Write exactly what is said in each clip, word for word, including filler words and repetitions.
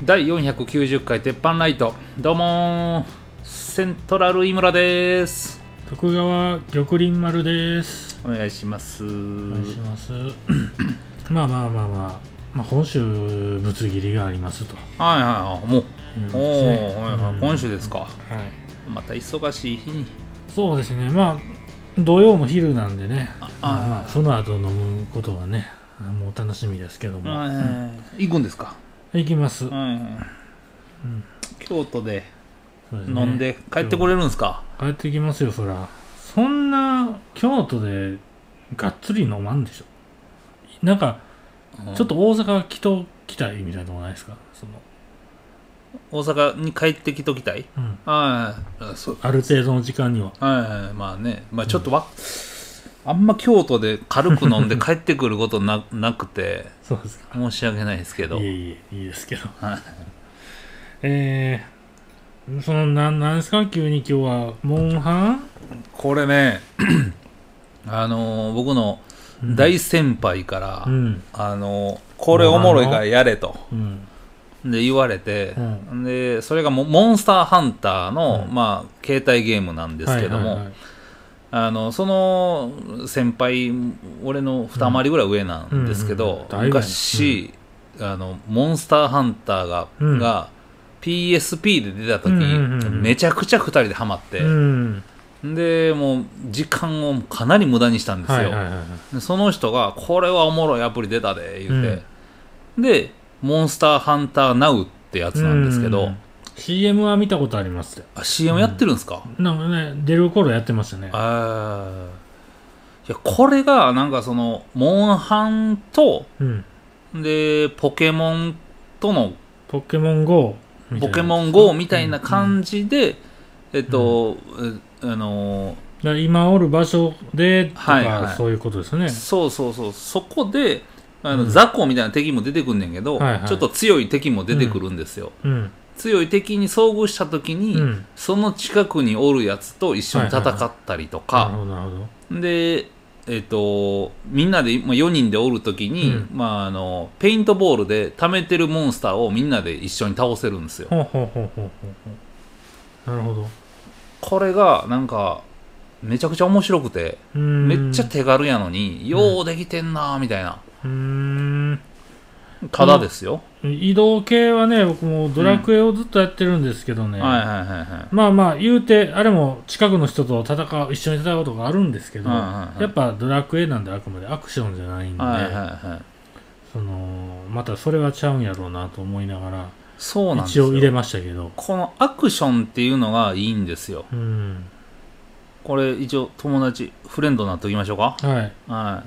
だいよんひゃくきゅうじゅっかい鉄板ライト、どうもー、セントラル井村です。 徳川玉林丸です。 お願いします。お願いしますまあまあまあまあ、まあ、今週ぶつ切りがありますと。 はいはい、もう、 うんおですねー、はいはい、 うん今週ですか。 はい、 また忙しい日に。 そうですね。まあ土曜も昼なんでね、 あまあまあその後飲むことはね、もう楽しみですけども、 はいはいはい、行くんですか。 行きます、 はいはい、 うん、 京都でそうですね、 飲んで帰ってこれるんですか。 帰ってきますよ、そら。そんな京都でがっつり飲まんでしょ。なんかちょっと大阪来ときたいみたいなとこないですか。その大阪に帰ってきときたい、 うん、 あある程度の時間には。 はいはい、まあね、まあちょっとわ、うん、あんま京都で軽く飲んで帰ってくること な, なくてそうですか、 申し訳ないですけど。 いえいえ、いいですけど。 はい、 えー、そのな、なんですか急に今日は、モンハンこれね、あのー、僕の大先輩から、うん、あのー、これおもろいからやれと。うんで言われて、うん、でそれがモンスターハンターの、うん、まあ、携帯ゲームなんですけども、はいはいはい、あのその先輩俺の二回りぐらい上なんですけど、うんうんうん、昔、うん、あのモンスターハンターが、うん、が ピーエスピー で出た時、うんうんうん、めちゃくちゃふたりでハマって、うん、でもう時間をかなり無駄にしたんですよ、はいはいはい、でその人がこれはおもろいアプリ出たで言って、うん、でモンスターハンターナウってやつなんですけど、 シーエム は見たことありますよ。 あ、シーエム やってるんですか、 うん、なんかね、出る頃やってましたね。 あいやこれがなんかそのモンハンと、うん、でポケモンとのポケモン ゴーポケモン ゴー みたいな感じで、うん、えっと、うん、あのー、今おる場所でとか、はいはい、そういうことですね。 そうそうそう、そこであの、うん、雑魚みたいな敵も出てくんねんけど、はいはい、ちょっと強い敵も出てくるんですよ、うん、強い敵に遭遇した時に、うん、その近くにおるやつと一緒に戦ったりとか、で、えー、とみんなで、まあ、よにんでおる時に、うん、まあ、あのペイントボールで溜めてるモンスターをみんなで一緒に倒せるんですよ。 ほうほうほうほうほう、なるほど。 これがなんかめちゃくちゃ面白くて、めっちゃ手軽やのにようできてんなーみたいな、うーん、ただですよ。 移動系はね、僕もドラクエをずっとやってるんですけどね、 うん、はいはいはいはい、 まあまあ言うてあれも近くの人と戦う一緒に戦うことがあるんですけど、はいはいはい、やっぱドラクエなんであくまでアクションじゃないんで、はいはいはい、そのまたそれはちゃうんやろうなと思いながら、 そうなんですよ、 一応入れましたけど、 このアクションっていうのがいいんですよ、うん、これ一応友達フレンドになっておきましょうか。はい、はい、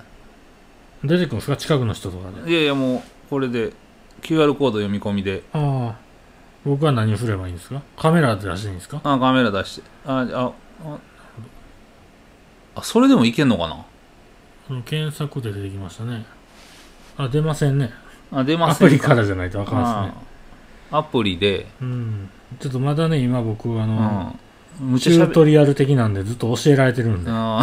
出てくるんですか近くの人とかで。 いやいや、もうこれで キューアール コード読み込みで。 ああ、僕は何をすればいいんですか。カメラ出していいんですか。 あカメラ出して、あああそれでもいけんのかな。 検索で出てきましたね。あ、出ませんね。 あ、出ません。 アプリからじゃないと分かんないですね。 アプリで、 うん、ちょっとまだね今僕あの、うん、チュートリアル的なんでずっと教えられてるんで。あ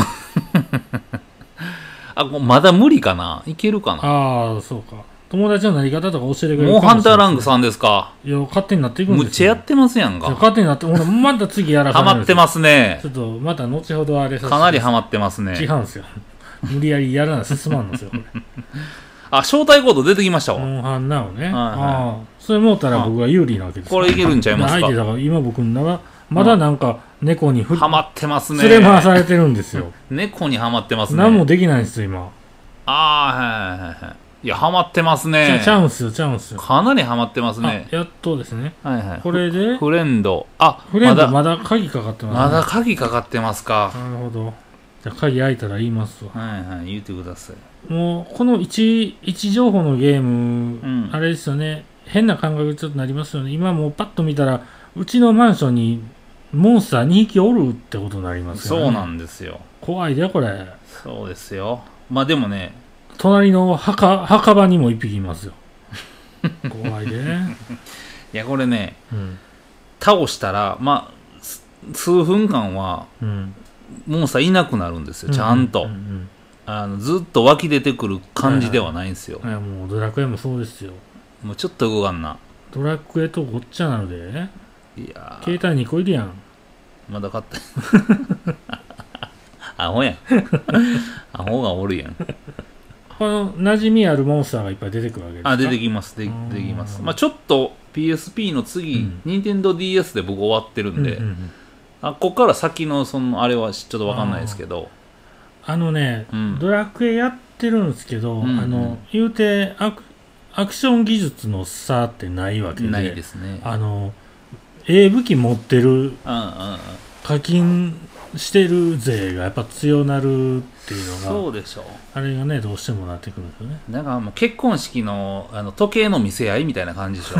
あまだ無理かな、いけるかな。 ああ、そうか。友達のなり方とか教えてくれるかもしれない。 もうハンターラングさんですか。 いや、勝手になっていくんですよ。 むっちゃやってますやんか。 勝手になって、ほら、また次やらされる。 ハマってますね。 ちょっと、また後ほどあれさせて。 かなりハマってますね。 違うんですよ。無理やりやらな進まんのですよ、これ。 あ、招待コード出てきましたわ。 モンハンナウね。はいはい、ああ。それ持ったら僕が有利なわけです。 これいけるんちゃいますか。 相手だから今僕のは、まだなんか猫にふ、 ハマってますね。 連れ回されてるんですよ。 猫にハマってますね。 何もできないんですよ、今。 ああ、はいはいはい。いや、ハマってますね。 ちゃうんすよ、ちゃうんすよ。 かなりハマってますね。 やっとですね。 はいはい。 これでフレンド。あ、 フレンドまだ鍵かかってますね。 まだ鍵かかってますか。 なるほど。じゃあ鍵開いたら言いますわ。 はいはい、言ってください。 もう、この位置、位置情報のゲーム、うん、あれですよね。変な感覚ちょっとなりますよね。今もうパッと見たら、うちのマンションにモンスターにひきおるってことになりますよね。 そうなんですよ。 怖いで、これ。 そうですよ。まあでもね、 隣の墓、墓場にも一匹いますよ。怖いで。 いや、これね、うん、倒したら、まあ、数分間は、うん、モンスターいなくなるんですよ、ちゃんと。うんうんうんうん、あのずっと湧き出てくる感じではないんですよ。 はいはい、いやもうドラクエもそうですよ。 もうちょっと動かんな。 ドラクエとごっちゃなので、 いや携帯にこいるやん。 まだ買ったアホやんアホがおるやん。 この馴染みあるモンスターがいっぱい出てくるわけですか？ あ、出てきますで出てきます。まあちょっと ピーエスピー の次、うん、ニンテンドー ディーエス で僕終わってるんで、うんうんうん、あここから先のそのあれはちょっと分かんないですけど、 あ, あのね、うん、ドラクエやってるんですけど、うんうん、あの言うてアクアクション技術の差ってないわけで、 ないですね。 あのええ武器持ってる、うんうんうん、課金してる勢がやっぱ強なるっていうのが、 そうでしょう。 あれがねどうしてもなってくるんですよね。 なんかもう結婚式 の, あの時計の見せ合いみたいな感じでしょ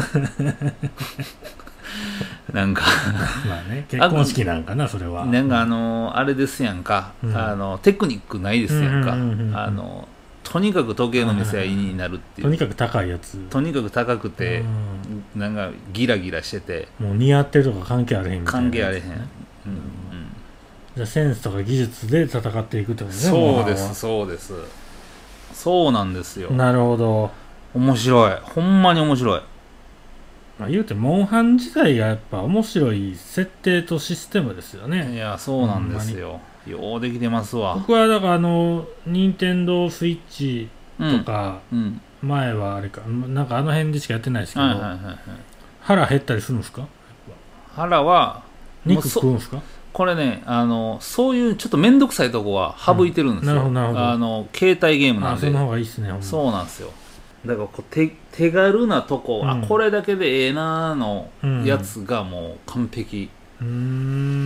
なんかまあね結婚式なんかなそれは。 なんかあのー、あれですやんか、うん、あのテクニックないですやんか、うんうんうんうん、あのとにかく時計の見せ合いになるっていう、 とにかく高いやつ、 とにかく高くて、うん、なんかギラギラしててもう似合ってるとか関係あれへんみたいな、 関係あれへん、うんうん、 じゃあセンスとか技術で戦っていくってことですね。 そうですそうですそうなんですよ。 なるほど、 面白い、ほんまに面白い。 まあ、言うてモンハン自体がやっぱ面白い設定とシステムですよね。 いやそうなんですよ、ようできてますわ。 僕はだからあの任天堂スイッチとか、うんうん、前はあれかなんかあの辺でしかやってないですけど、はいはいはいはい、腹減ったりするんですか？ 腹は肉食うんですか？ これねあのそういうちょっと面倒くさいとこは省いてるんですよ、うん、なるほどなるほど。あの携帯ゲームなんで、 あその方がいいっすね。 そうなんですよ。だからこう 手, 手軽なとこ、うん、あこれだけでええなーのやつがもう完璧、うん、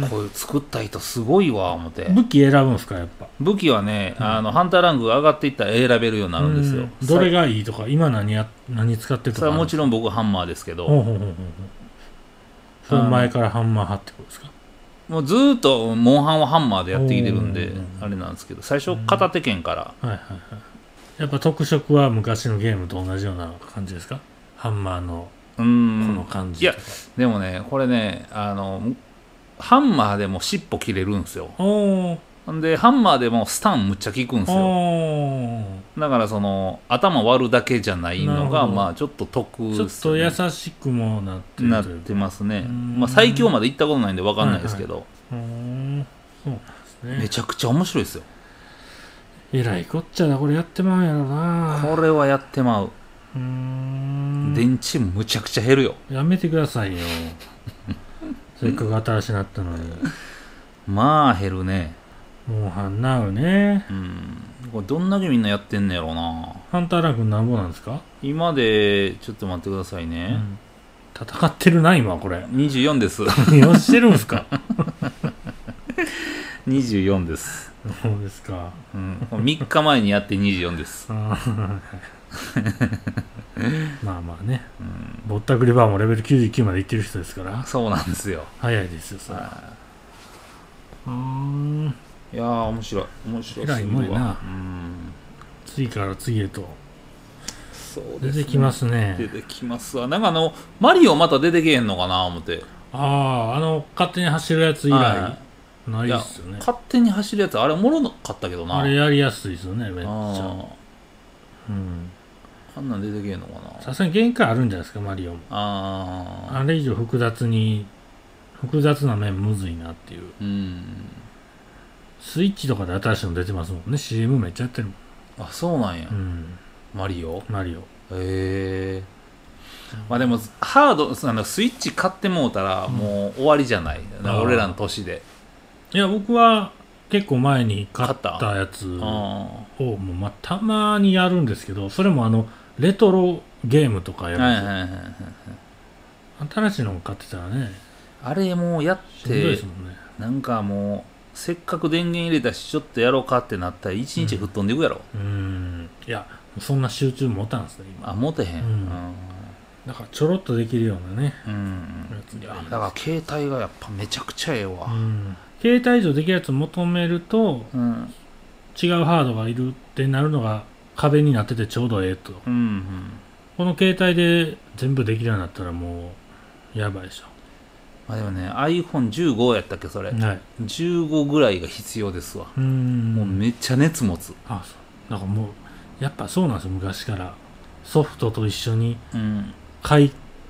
こういう作った人すごいわ思って。 武器選ぶんですか？やっぱ武器はね、うん、あのハンターランクが上がっていったら選べるようになるんですよ、 うん、どれがいいとか今 何, や何使ってるとか。 それはもちろん僕ハンマーですけど、ほうほうほうほう、 その前からハンマー派ってことですか？ もうずーっとモンハンはハンマーでやってきてるんであれなんですけど、最初片手剣から、 うん、はいはいはい。やっぱ特色は昔のゲームと同じような感じですか？ハンマーのこの感じとか。 いやでもねこれねあのハンマーでも尻尾切れるんですよ。でハンマーでもスタンむっちゃ効くんですよ。だからその頭割るだけじゃないのがまあちょっと得です、ね、 ちょっと優しくもなってるなってますね。まあ最強まで行ったことないんで分かんないですけど、はいはい、 うんそうなんですね。 めちゃくちゃ面白いですよ。 えらいこっちゃだこれやってまうやろな。 これはやってまう。うーん電池むちゃくちゃ減るよ。 やめてくださいよせっかく新しくなったのにまあ減るね。 もうハンナウね。 うんこれどんだけみんなやってんのやろうな。 ハンターランクなんぼなんですか今で？ちょっと待ってくださいね、 うん、戦ってるな今これにじゅうよんです何をしてるんですかにじゅうよんです。 そうですか、 うん、みっかまえにやってにじゅうよんですまあまあね、うん、ぼったくりバーもレベルきゅうじゅうきゅうまでいってる人ですから。 そうなんですよ。 早いですよそれ。うーんいやー面白い面白い。 偉いもんやな。うん次から次へとそうです、ね、出てきますね。 出てきますわ。なんかあのマリオまた出てけへんのかな思って。 あああの勝手に走るやつ以来ないっすよね。 勝手に走るやつあれおもろかったけどな。 あれやりやすいですよねめっちゃ。あうんあんなん出てけへんのかな。 さすがに限界あるんじゃないですかマリオも。 ああれ以上複雑に複雑な面むずいなっていう。うんスイッチとかで新しいの出てますもんね。 シーエム めっちゃやってるもん。 あそうなんや、うん、マリオマリオへえ。まあでもハードあのスイッチ買ってもうたらもう終わりじゃない、うん、俺らの年で。 いや僕は結構前に買ったやつをもう、まあ、たまにやるんですけど、それもあのレトロゲームとかやるんですよ、はいはいはいはい、新しいのを買ってたらねあれもうやってですもん、ね、なんかもうせっかく電源入れたしちょっとやろうかってなったらいちにち吹っ飛んでいくやろ。 うん、うんいやそんな集中持たんすね今。 あ持てへん、うん、 だからちょろっとできるようなね、うん、 いやだから携帯がやっぱめちゃくちゃええわ、うん、 携帯以上できるやつを求めると、うん、違うハードがいるってなるのが壁になっててちょうどええと、うんうん、この携帯で全部できるようになったらもうやばいでしょ。 まあでもね アイフォンじゅうご やったっけそれ、はい、じゅうごぐらいが必要ですわ。うんもうめっちゃ熱持つ。 あそうなんかもうやっぱそうなんですよ昔からソフトと一緒に買い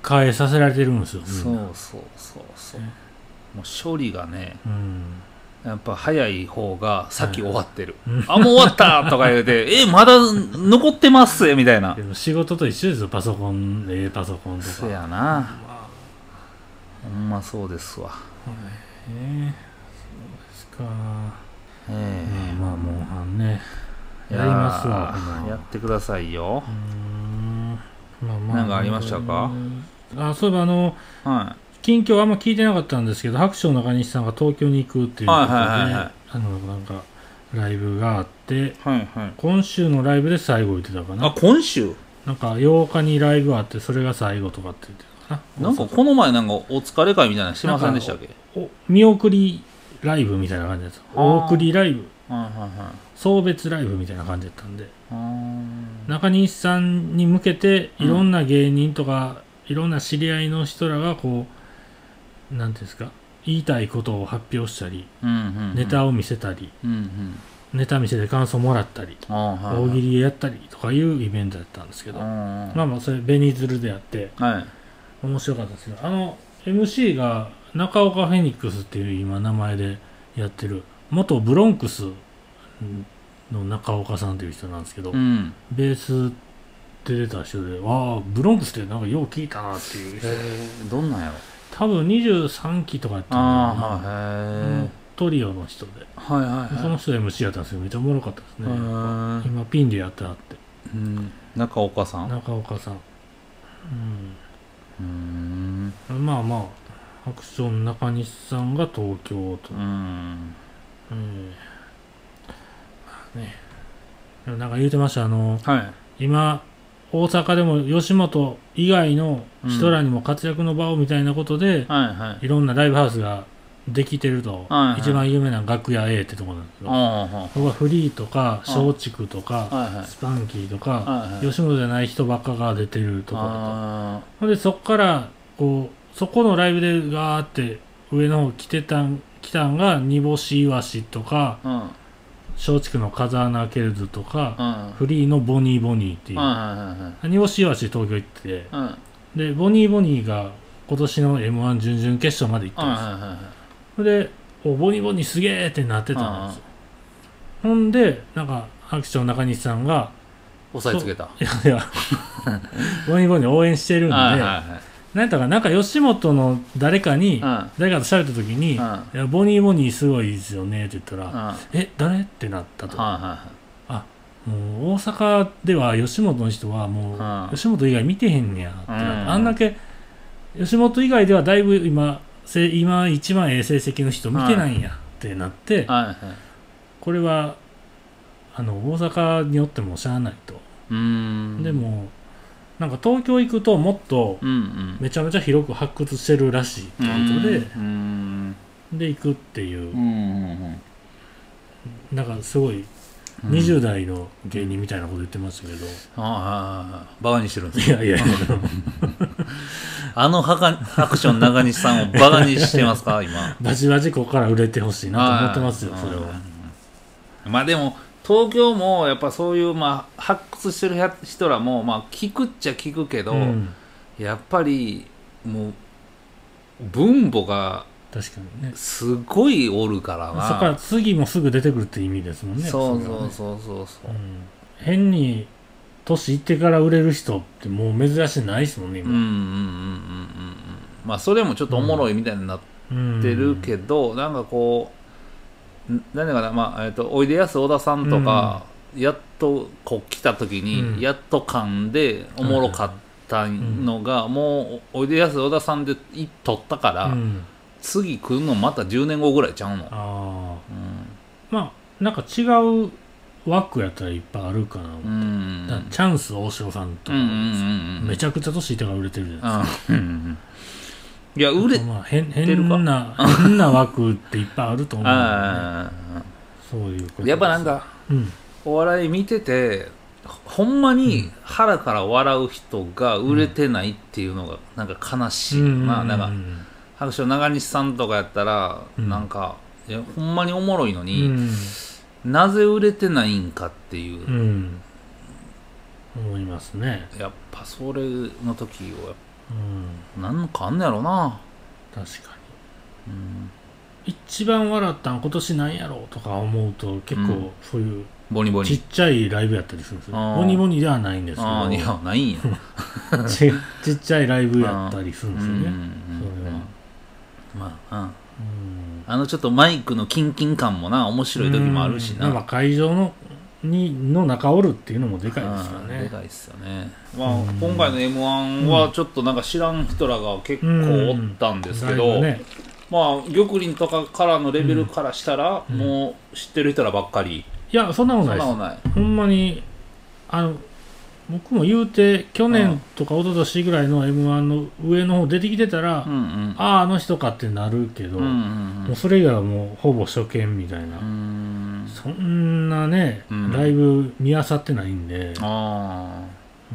変えさせられてるんですよ。 そうそうそうそう、もう処理がね、うん、やっぱ早い方が先終わってる、はい、あもう終わったとか言うてえまだ残ってますみたいな。 でも仕事と一緒ですよ、パソコンでパソコンとか。 そうやな、ほんまそうですわ。 えー、そうですか。ええー、まあモンハンねやりますわ。 やってくださいよ。うん、まあまあ、 なんかありましたか？ あ、そういえばあの、はい、近況あんま聞いてなかったんですけど、白書中西さんが東京に行くっていうことで、はいはいはいはい、あのなんかライブがあって、はいはい、今週のライブで最後言ってたかな。 あ、今週なんかようかにライブあってそれが最後とかって言ってたかな。なんかこの前なんかお疲れ会みたいなのしてませんでしたっけ？ お見送りライブみたいな感じです。お送りライブ、はいはいはい、送別ライブみたいな感じだったんで、中西さんに向けていろんな芸人とか、うん、いろんな知り合いの人らがこうなんていうんですか、言いたいことを発表したり、うんうんうん、ネタを見せたり、うんうん、ネタ見せで感想もらったり、大喜利やったりとかいうイベントだったんですけど、まあまあそれベニズルであって、はい、面白かったですけど、あの エムシー が中岡フェニックスっていう今名前でやってる元ブロンクスの中岡さんという人なんですけど、うん、ベースで出た人で、わあブロンクスってなんかよう聞いたなっていう人。 へえ、どんなんやろ。 多分にじゅうさんきとかやったんだよな。へえ、トリオの人で、はいはいはい、その人 エムシー やったんですけどめっちゃおもろかったですね。今ピンでやってあって、 うん、中岡さん中岡さん、うん、うん、まあまあアクション中西さんが東京と、うん、うん、ね、なんか言うてました、あの、はい、今大阪でも吉本以外の人らにも活躍の場をみたいなことで、うん、はいはい、いろんなライブハウスができてると、はいはい、一番有名な楽屋 A ってとこなんですけど、はい、ここはフリーとか松竹とか、はいはい、スパンキーとか、はいはい、吉本じゃない人ばっかが出てるところと、でそこからこうそこのライブでガーって上の方来てたん来たんが煮干しイワシとか、うん、松竹の風穴ケルズとか、うん、フリーのボニーボニーっていう、うん、煮干しイワシ東京行って、うん、でボニーボニーが今年の エムワン 準々決勝まで行ったんですよ、うん、でおボニーボニーすげーってなってたんですよ、うん、ほんでなんかアクション中西さんが押さえつけた、 いやいやボニーボニー応援してるんで、はいはいはい、なんかなんか吉本の誰かに、うん、誰かと喋った時に、うん、いやボニーボニーすごいですよねって言ったら、うん、え誰ってなったと、はいはいはい、あもう大阪では吉本の人はもう、うん、吉本以外見てへんねやって、うん、あんだけ吉本以外ではだいぶ今今一番ええ成績の人見てないんやってなって、はいはいはい、これはあの大阪によってもしゃあないと。うーん、でもなんか東京行くともっとめちゃめちゃ広く発掘してるらしいってことで、うんうん、で行くっていう、うんうんうん、なんかすごいにじゅう代の芸人みたいなこと言ってましたけど、うん、 ああバカにしてるんですか。いやいやいやあのハカアクション中西さんをバカにしてますか今。 バチバチここから売れてほしいなと思ってますよそれは。 まあでも東京もやっぱそういう、まあ、発掘してる人らも、まあ、聞くっちゃ聞くけど、うん、やっぱりもう分母が確かにねすごいおるからな。 そこから次もすぐ出てくるって意味ですもんね。 そうそうそうそうそう、うん、 変に年いってから売れる人ってもう珍しいないですもんね今。うんうんうんうんうん、 まあそれもちょっとおもろいみたいになってるけど、うん、なんかこう何だかな、まあえー、とおいでやす小田さんとか、うん、やっとこう来た時に、うん、やっと噛んでおもろかったのが、うん、もうおいでやす小田さんで取ったから、うん、次来るのまたじゅうねんごぐらいちゃうの。あ、 うん、まあなんか違う枠やったらいっぱいあるかな、うん、だチャンス大城さんとか、うんうんうんうん、めちゃくちゃ年いってから売れてるじゃないですか、うんうんうん、 いや売れ、 まあ、変, 変な変な枠っていっぱいあると思う、ね、そういうことやっぱなんか、うん、お笑い見ててほんまに腹から笑う人が売れてないっていうのがなんか悲しい、うん、まあなんか白書中西さんとかやったら、うん、なんかいやほんまにおもろいのに、うん、なぜ売れてないんかっていう、うん、 思いますね。 やっぱそれの時をうん、 なんかあんのやろな。 確かに、うん、 一番笑ったん今年なんやろうとか思うと結構そういうボニボニちっちゃいライブやったりするんですよ。ボニボニではないんですけど、 あいやないんやち, ちっちゃいライブやったりするんですよね、 うん、 それは、 まあ、うん、あのちょっとマイクのキンキン感もな面白い時もあるしな、 なんか会場のにの中おるっていうのもでかいですよね。 でかいですよね。まあ、今回の エムワン はちょっとなんか知らん人らが結構おったんですけど、ね、まあ玉林とかからのレベルからしたら、うん、もう知ってる人らばっかり。 いやそんなことないです。そんなことない。ほんまにあの僕も言うて去年とか一昨年ぐらいの エムワン の上の方出てきてたら、うんうん、あああの人かってなるけど、うんうんうん、もうそれ以外はもうほぼ初見みたいな、うんそんなね、うん、ライブ見あさってないんで、あ、うん、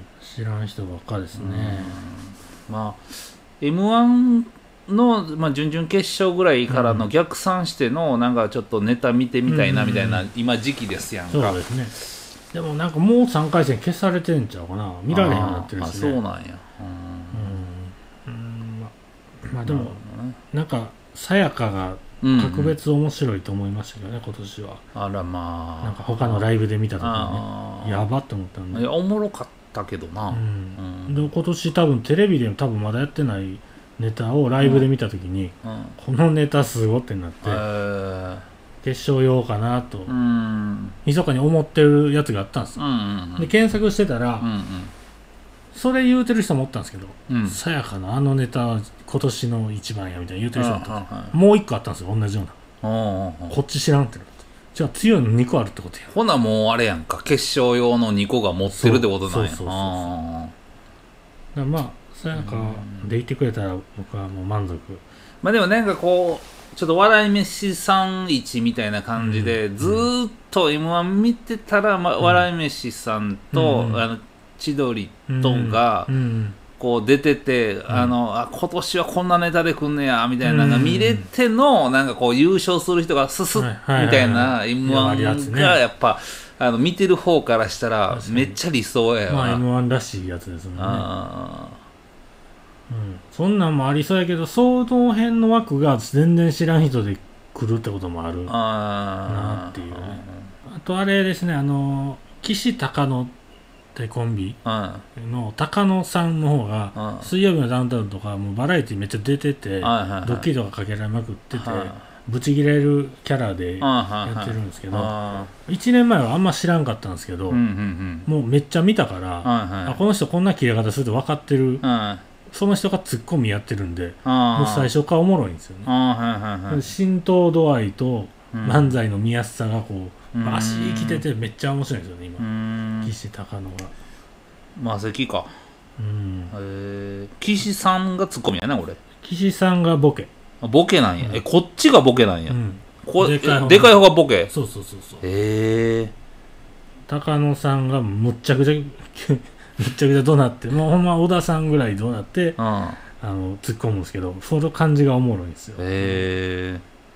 知らん人ばっかですね。 うん、まあ エムワン の、まあ、準々決勝ぐらいからの逆算しての、うん、なんかちょっとネタ見てみたいなみたいな、うん、今時期ですやんか。 そうですね。でもなんかもうさんかい戦消されてんちゃうかな、見られへんようになってるしね。あ、 そうなんや。 うん、うん、ま, まあでもなんかさやかが格別面白いと思いましたけどね、うん、今年は。 あらまあ。 なんか他のライブで見た時にね、やばって思ったんで。 いやおもろかったけどな。うんうん、で今年多分テレビでも多分まだやってないネタをライブで見た時に、うんうん、このネタすごってなって。えー決勝用かなと密かに思ってるやつがあったんですよ、うんうんうん、で検索してたら、うんうん、それ言うてる人もおったんですけど、さやかのあのネタは今年の一番やみたいな言うてる人もおったんです、うんうん、もう一個あったんですよ同じような、うんうんうん、こっち知らんってなって、じゃあ強いのにこあるってことや。 ほなもうあれやんか、決勝用のにこが持ってるってことなんや。そうそうそうそう。だからまあさやかでいてくれたら僕はもう満足。 まあでもなんかこうちょっと笑い飯さんいちみたいな感じで、うん、ずーっと エムワン 見てたら、ま、笑い飯さんと、うん、あの千鳥とが、うん、こう出てて、うん、あのあ今年はこんなネタで来んねやみたいなのが見れての、なんかこう優勝する人がすすっみたいな エムワン がやっぱあの見てる方からしたらめっちゃ理想やわ。 まあ エムワン らしいやつですもんね。あうん、そんなんもありそうやけど、その辺の枠が全然知らん人で来るってこともあるなっていうね。あとあれですね、あの岸高野ってコンビの高野さんの方が水曜日のダウンタウンとかもうバラエティめっちゃ出てて、ドッキリとかかけられまくってて、ブチギレるキャラでやってるんですけど、いちねんまえはあんま知らんかったんですけど、もうめっちゃ見たから、あこの人こんな切れ方すると分かってる。その人がツッコミやってるんで、もう最初からおもろいんですよね。はいはいはい、浸透度合いと漫才の見やすさがこう、うん、足生きててめっちゃ面白いんですよね今。岸高野が。 まあ関か。うん。え岸さんがツッコミやねこれ。 岸さんがボケ。 ボケなんや。うん、えこっちがボケなんや。うん、こでかいでかい方がボケ。 そうそうそうそう。 へえ。 高野さんがむっちゃくちゃめっちゃくちゃどうなって、もうほんま小田さんぐらいどうなって、うん、あの突っ込むんですけど、その感じがおもろいんですよ。 へえ、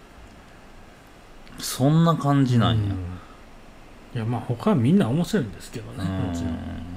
そんな感じなんや。 うん、いやまあ他はみんな面白いんですけどね。もちろ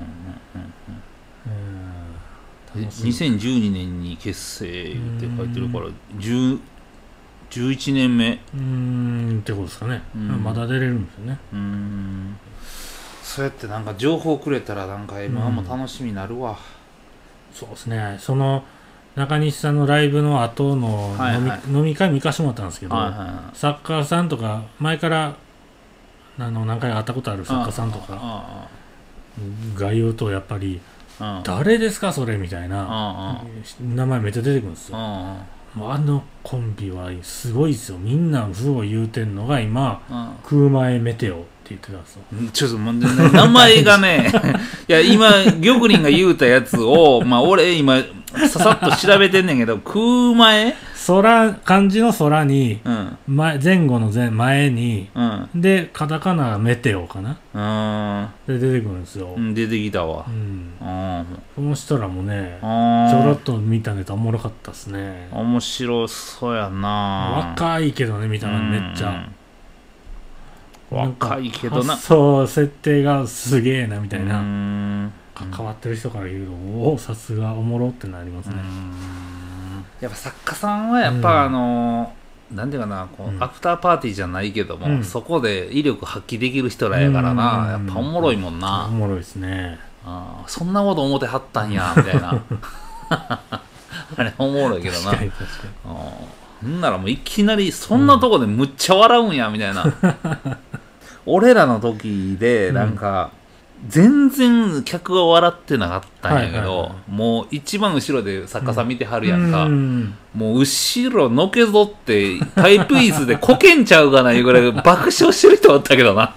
ん。 にせんじゅうにねんに結成って書いてるからじゅう、じゅういちねんめうーんってことですかね。まだ出れるんですよね。うーんそうやってなんか情報くれたらなんか エムワン も楽しみになるわ、うん、 そうですね。その中西さんのライブの後の飲み、はいはい、飲み会も行かしてもらったんですけど、はいはい、作家さんとか前からあの何回か会ったことある作家さんとかが言うとやっぱり誰ですかそれみたいな名前めっちゃ出てくるんですよ。もうあのコンビはすごいですよ。みんなすごい言うてんのが今空前メテオって言ってたんですよ。 ちょっともう、ね、名前がねいや今玉林が言うたやつをまあ俺今ささっと調べてんねんけど空前空漢字の空に、うん、前, 前後の前前に、うん、でカタカナメテオかな、うん、で出てくるんですよ、 うん、出てきたわ、うん、 この人らもねちょろっと見たネタおもろかったっすね。 面白そうやな。 若いけどね見たらめっちゃ、 うん、若いけどなそう設定がすげえなみたいな。うーん関わってる人から言うと、おおさすがおもろってなりますね。 やっぱ作家さんはやっぱ、うん、あのなんていうかなこう、うん、アフターパーティーじゃないけども、うん、そこで威力発揮できる人らやからな、やっぱおもろいもんな。 おもろいですね。 あそんなこと思ってはったんやみたいなあれおもろいけどな。確かに確かに。ほんならもういきなりそんなとこでむっちゃ笑うんやみたいな、うん、俺らの時でなんか、うん、全然客が笑ってなかったんやけど、はいはいはい、もう一番後ろで作家さん見てはるやんか、うん、もう後ろのけぞってタイプ椅子でこけんちゃうかないうぐらい爆笑してる人おったけどな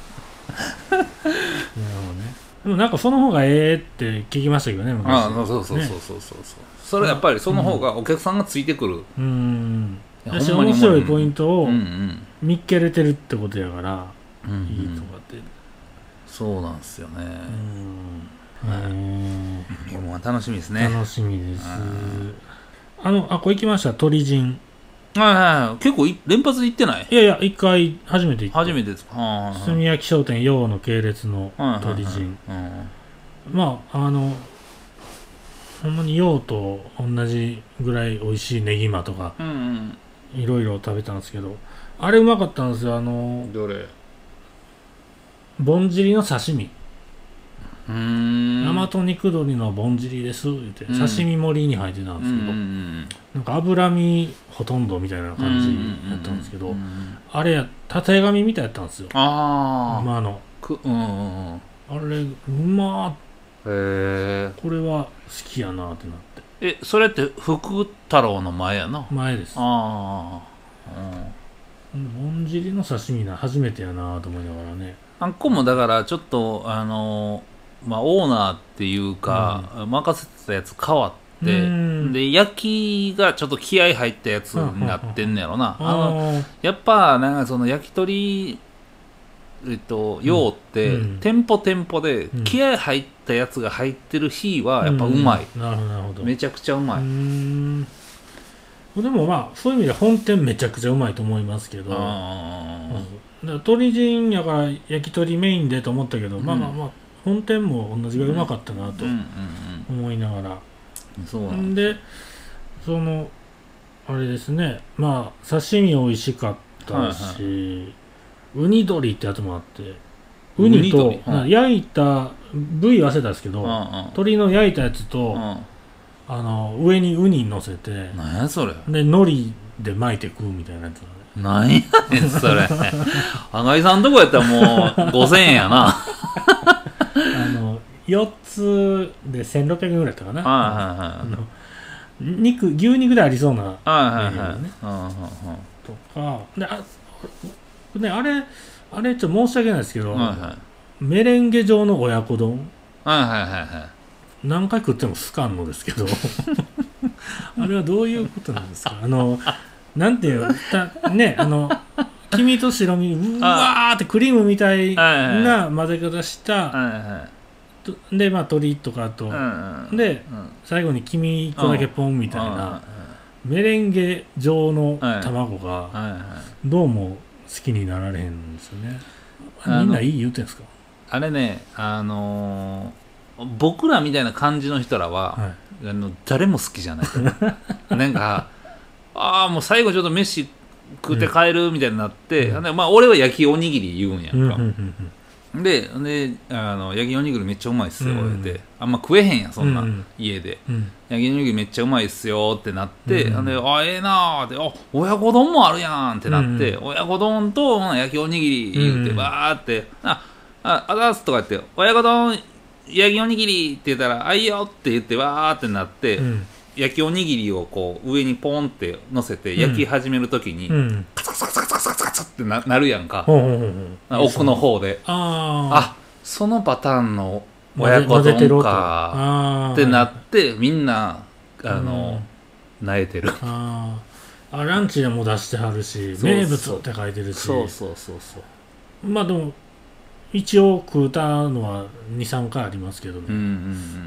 でもなんかその方がええって聞きましたけどね、昔。 ああ、そうそうそうそうそうそう、ね、それやっぱりその方がお客さんがついてくる。 うん。だし面白いポイントを見っけれてるってことやから、うんうん、いいとかって。 そうなんですよね。うん。はい。もう楽しみですね。 楽しみです。あの、あ、これ行きました、鳥人。 はいはい、結構い連発で行ってない？ いやいや、一回初めて行った。 初めてですか。 炭焼き商店陽の系列の鳥人。まああのほんまに陽と同じぐらい美味しいネギマとか、うんうん、いろいろ食べたんですけど、あれうまかったんですよ。あのどれ？ ぼんじりの刺身。 うーん、 大和肉鶏のぼんじりですって言って、うん、刺身盛りに入ってたんですけど、うん、なんか脂身ほとんどみたいな感じやったんですけど、うん、あれやたてがみみたいやったんですよ。 ああ、 馬のく、うんうんうん、 あれうまー、 へえ、 これは好きやなってなって。 え、それって福太郎の前やな。 前です。 ああ、うん、ぼんじりの刺身な初めてやなと思いながらね。 あんこもだからちょっとあのまあオーナーっていうか、うん、任せてたやつ変わって、で焼きがちょっと気合入ったやつになってんねやろな。あのやっぱなんかその焼き鳥えっと用って、うん、店舗店舗で気合入ったやつが入ってる日はやっぱうまい、 うん、なるほどなるほど、 めちゃくちゃうまい。うーん、 でもまあそういう意味で本店めちゃくちゃうまいと思いますけど、あ、うん、だから鳥人やから焼き鳥メインでと思ったけど、うん、まあまあまあ本店も同じぐらいうまかったなと思いながら、 そうなんでそのあれですね、まあ刺身美味しかったし、はいはい、ウニ鶏ってやつもあって、ウニとニ、はい、焼いた部位忘れたんですけど、うんうん、鶏の焼いたやつと、うん、あの上にウニ乗せて、 何やそれで海苔で巻いて食うみたいなやつだね。 何やねんそれ赤井さんとこやったらもうごせんえんやなあのよっつでせんろっぴゃくえんぐらいだったかな。はいはいはい、あの肉牛肉でありそうなメニューね、とかで、あね、あれあれちょっと申し訳ないですけど、はいはい、メレンゲ状の親子丼、 はいはいはいはい、 何回食っても好かんのですけどあれはどういうことなんですか？あのなんていうたね、あの黄身と白身うわーってクリームみたいな混ぜ方した、はいはい、でまあ鶏とかと、うんうん、で、うん、最後に黄身いっこだけポンみたいな、うん、メレンゲ状の卵がどうも好きになられへんですよね。みんないい言うてんすか？ あれね、あのー、僕らみたいな感じの人らは、はい、あの誰も好きじゃないなんかああもう最後ちょっと飯食って帰るみたいになって、うん、でまあ俺は焼きおにぎり言うんやんか、うんうんうんうん、でであの焼きおにぎりめっちゃうまいっすよ、うんうん、ってあんま食えへんやんそんな、うんうん、家で、うん、焼きおにぎりめっちゃうまいっすよってなって、うんうん、であええー、なーってあ親子丼もあるやんってなって、うんうん、親子丼と焼きおにぎり言ってバーって、うんうん、あああざーすとか言って親子丼焼きおにぎりって言ったらあいいよって言ってわーってなって、うん、焼きおにぎりをこう上にポンって乗せて焼き始めるときに、うん、カツカツカツカツカツカツカツって な, なるやんか、うんうんうん、奥の方でああそのパターンの親子丼かってなってみんなあの、うん、萎えてる。 ああランチでも出してはるし名物って書いてるし、 そうそうそうそうまあでも一応食うたのは にさんかいありますけどね、うんうんうん、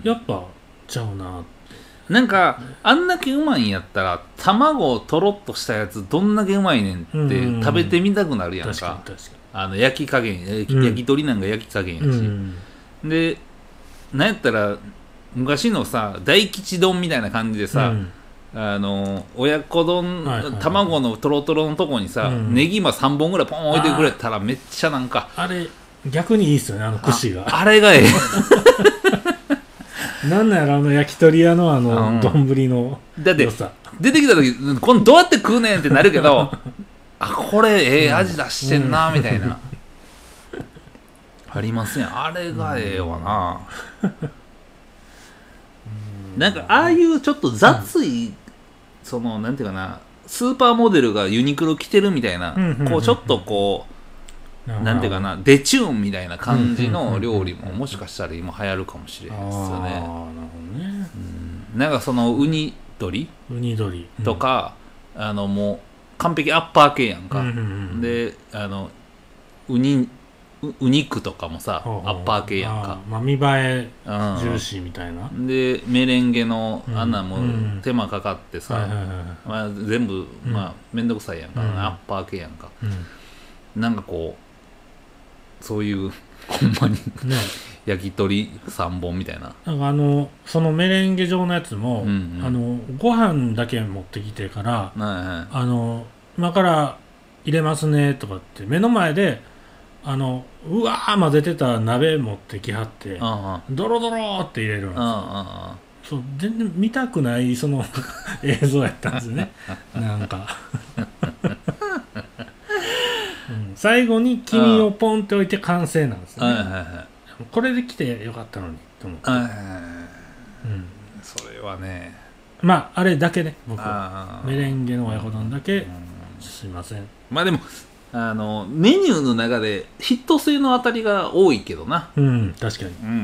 やっぱちゃうなって。 なんかあんだけうまいんやったら卵をとろっとしたやつどんだけうまいねんって食べてみたくなるやんか、うんうん、確かに確かにあの焼き加減焼き、うん、焼き鳥なんか焼き加減やし、うん、でなんやったら昔のさ大吉丼みたいな感じでさ、 うんあの親子丼、 はいはいはい、 卵のとろとろのとこにさ、うん、ネギマさんぼんぐらいポン置いてくれたらめっちゃなんかあれ逆にいいっすよね、あの串があ, あれがええなんなんやろあの焼き鳥屋のあの丼、うん、のだって出てきた時このどうやって食うねんってなるけどあこれええ味出してんなみたいな、うん、ありますやんあれがええわな、うん、なんかああいうちょっと雑い、うん、そのなんていうかなスーパーモデルがユニクロ着てるみたいな、うん、こうちょっとこう、うん、なんていうかなデチューンみたいな感じの料理ももしかしたら今流行るかもしれないですよね。ああなるほどね、うん、なんかそのウニ鶏ウニ鶏とか、うん、あのもう完璧アッパー系やんか、うんうんうん、であのウニう, う肉とかもさほうほうアッパー系やんか、 まあ、見栄えジューシーみたいな、 うん、でメレンゲのあんなも手間かかってさ、まあ、全部、うん、まあめんどくさいやんか、うん、アッパー系やんか、うん、なんかこうそういうほんまに、ね、焼き鳥さんぼんみたいな、 なんかあのそのメレンゲ状のやつも、うんうん、あのご飯だけ持ってきてから、はいはい、あの今から入れますねとかって目の前であのうわー混ぜてた鍋持ってきはってドロドロって入れるんですよ。そう全然見たくないその映像やったんですねなんか、うん、最後に黄身をポンって置いて完成なんですよね、はいはいはい、これで来てよかったのにと思って、はいはいはい、うん、 それはねまああれだけね僕はメレンゲの親子丼だけ、うん、すいません。 まあでもあのメニューの中でヒット性の当たりが多いけどな、 うん確かに、 うんうん、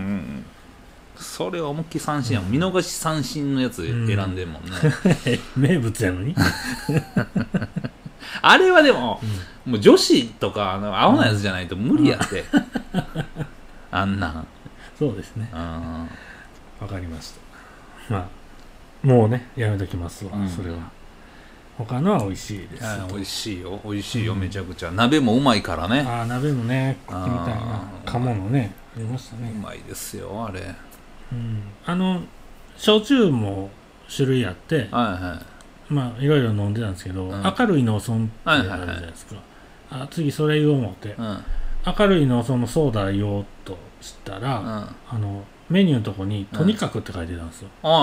それは思いっきり三振やん、うん、見逃し三振のやつ選んでんもんね、 うん、名物やのにあれはでも、うん、もう女子とかあの青なやつじゃないと無理やって、うん、あんなんそうですねわかりました。まあもうねやめときますわ、うん、それは他のは美味しいです。 美味しいよ美味しいよ、うん、めちゃくちゃ鍋もうまいからね。 あ鍋もねみたいな鴨のねありましたね。 うまいですよあれ、 うん、あの焼酎も種類あって、はいはい、まあいろいろ飲んでたんですけど、うん、明るい農村ってあるじゃないですか、はいはいはい、あ次それ言おう思って、うん、明るい農村のソーダ言おうとしたら、うん、あのメニューのとこにとにかくって書いてたんですよ、うん、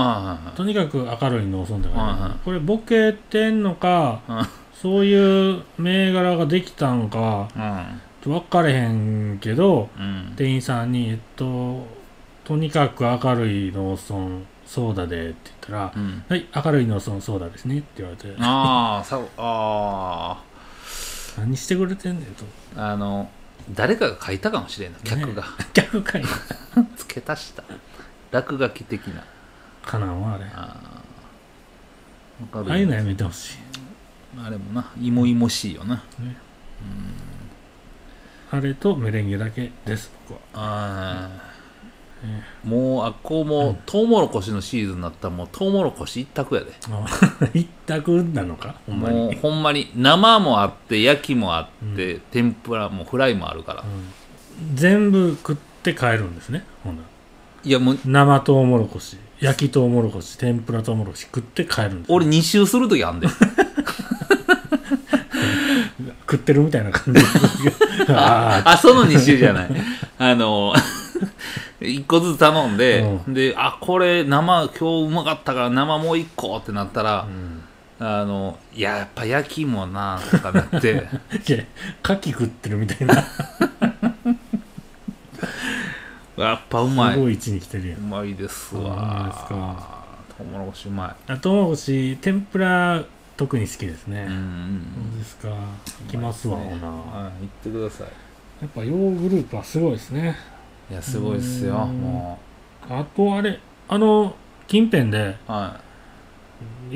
とにかく明るい農村って書いてある、これボケてんのか、うん、そういう銘柄ができたんか、うん、分かれへんけど、うん、店員さんに、えっと、とにかく明るい農村ソーダでって言ったら、うん、はい明るい農村ソーダですねって言われて、 あああ何してくれてんねんと、 あの誰かが書いたかもしれんな、客が、ね、 客書いた付け足した落書き的なかなわあれ、あああいうのやめてほしい。 あれもな芋芋しいよな、ね、 うん、あれとメレンゲだけです僕は。 あ、うんね、もうあっこも、うん、トウモロコシのシーズンになったらもうトウモロコシ一択やで一択なのかほんまに。もうほんまに生もあって焼きもあって、うん、天ぷらもフライもあるから、 うん、全部食って帰るんですねほんなら。 いやもう生トウモロコシ焼きトウモロコシ天ぷらトウモロコシ食って帰るんです、ね、 俺に周するときあんで食ってるみたいな感じああそのに周じゃないあのいっこずつ頼んで、うん、であこれ生今日うまかったから生もういっこってなったら、うん、あのいややっぱ焼きもなとかなっていや牡蠣食ってるみたいなやっぱうまい、 すごい位置に来てるやん。 うまいですわ。トウモロコシうまい。 トウモロコシ天ぷら特に好きですね。うん、そうですか。行きますわ、ほな。はい、 行ってください。 やっぱヨーグループはすごいですね。 いやすごいですよ。もうあとあれあの近辺で、はい、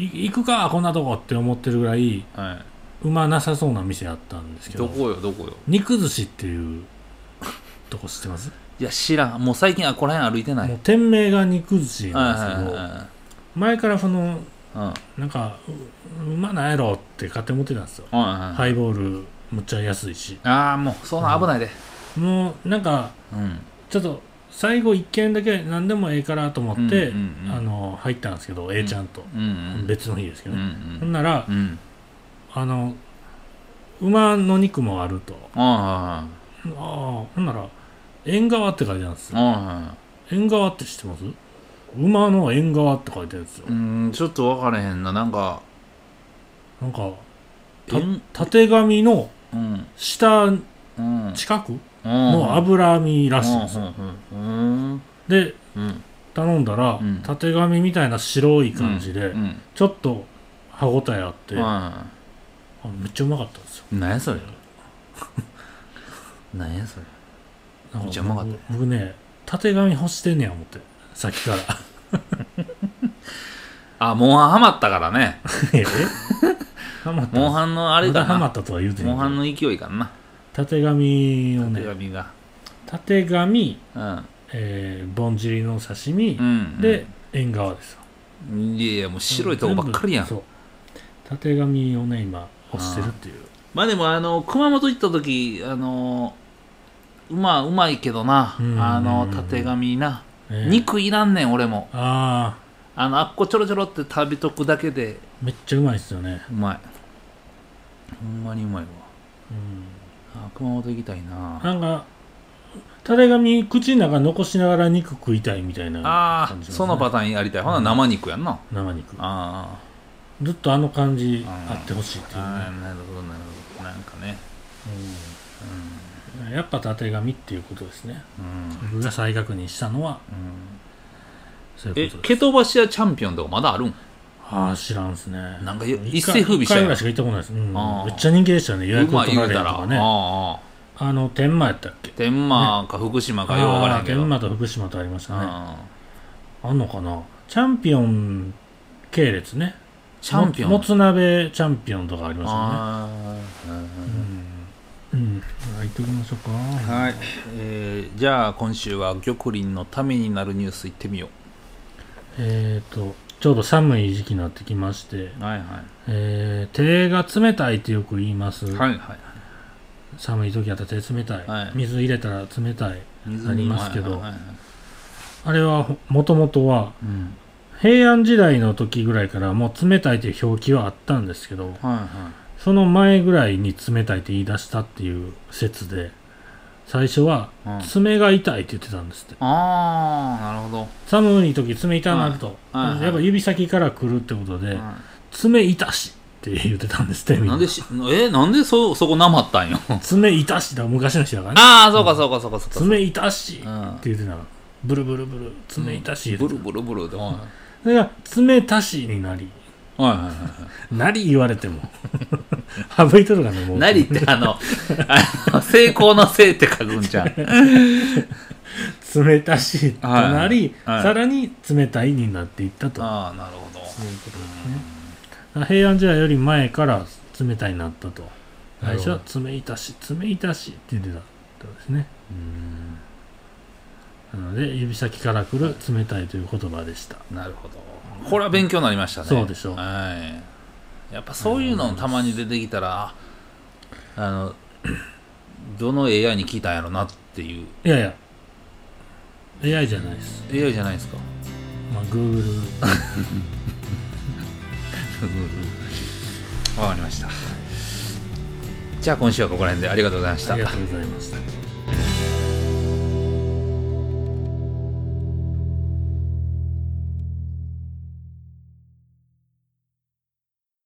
い行くかこんなとこって思ってるぐらい、はい、うまなさそうな店あったんですけど。 どこよどこよ。 肉寿司っていうとこ知ってます？ いや知らん。もう最近あこら辺歩いてない。もう店名が肉寿司なんですけど、はいはいはいはい、前からその、うん、なんか う, うまないやろって買って持ってたんですよ、はいはいはい、ハイボールむっちゃ安いし。 ああもうそんな危ないで、 うん、もうなんか、うん、ちょっと最後いっけんだけ何でもええからと思って、うんうんうん、あの入ったんですけど、うん、A ちゃんと、うんうん、別の日ですけど、ね、うんうん、ほんなら、うん、あの馬の肉もあると、ああほんなら縁側って書いてあるんですよ。縁側って知ってます？馬の縁側って書いてあるんですよ。 うん、ちょっと分からへんな。なんかなんかたてがみの下、うん、近くの脂身らしいんですよ。で、うん、頼んだら、うん、たてがみみたいな白い感じで、うん、ちょっと歯ごたえあって、うん、あめっちゃうまかったんですよ。 何やそれ何やそれめっちゃうまかった。 僕ね、たてがみ欲してんねや思ってさっきからあ、モンハンハマったからねえハマったモンハンのあれかな、 まだハマったとは言うてんけど、 モンハンの勢いかな。 たてがみをね、 たてがみがたてがみ、うんえー、ぼんじりの刺身、うんうん、で縁側ですよ。 いやいやもう白いとこばっかりやん。そうたてがみをね今欲してるっていう。 まあでもあの熊本行った時あのうまうまいけどな、うんうんうん、あのたてがみな、えー、肉いらんねん俺も。ああのあっこちょろちょろって食べとくだけでめっちゃうまいっすよね。 うまいほんまにうまいわ、うん、あ熊本行きたいな。 なんかたてがみ口の中残しながら肉食いたいみたいな感じ、ね、ああそのパターンやりたい。ほな生肉やんな。 生肉ああずっとあの感じあってほしいっていう、ね、ああなるほどなるほどなんかね、 うんうん、やっぱたてがみっていうことですね、うん、僕が再確認したのは、うん、 そういうことです。え蹴飛ばし屋チャンピオンとかまだあるん？ ああ知らんすね。 なんか一世風靡したよ。いっかいぐらいしか行ったことないです、うん、めっちゃ人気でしたよね。予約取られるとかね。ああの天満やったっけ。 天満か福島かよう分からんけど、 天満と福島とありましたね。あ, あんのかなチャンピオン系列ね。 チャンピオンもつ鍋チャンピオンとかありますよね。うん、うん、行っておきましょうか。 はい、えー、じゃあ今週は玉林のためになるニュース行ってみよう。 えっ、ー、とちょうど寒い時期になってきまして、はいはいえー、手が冷たいってよく言います。はいはい寒い時は手冷たい、はい、水入れたら冷たいありますけど、はいはいはいはい、あれはもともとは、うん、平安時代の時ぐらいからもう冷たいという表記はあったんですけど、はいはい、その前ぐらいに冷たいって言い出したっていう説で最初は爪が痛いって言ってたんですって、うん、 ああなるほど。 寒い時爪痛なると、はいはいはい、やっぱ指先から来るってことで、はい、爪痛しって言ってたんですって。 なんでしえなんで そ, そこなまったんよ爪痛しだ昔の人だからね。 ああそうかそうかそうかそうか爪痛しって言ってたの、うん、ブルブルブル爪痛し、 うん、ブルブルブルで、はい、 それが爪たしになり、 はいはいはい、 なり言われても省いとるかねもう。 なりってあのあの成功のせいって書くんじゃん冷たしとなり、はいはい、さらに冷たいになっていったと。 ああなるほど。 そういうことですね。平安時代より前から冷たいになったと。最初は冷いたし冷いたしって言ってたとですね。うんなので指先から来る冷たいという言葉でした。 なるほど。これは勉強になりましたね。 そうでしょう。 はい。やっぱそういうのたまに出てきたらあのどの エーアイ に聞いたんやろなっていう。 いやいや エーアイ じゃないです。 エーアイ じゃないですか。 まあ Google わかりました。じゃあ今週はここら辺でありがとうございました。 ありがとうございました。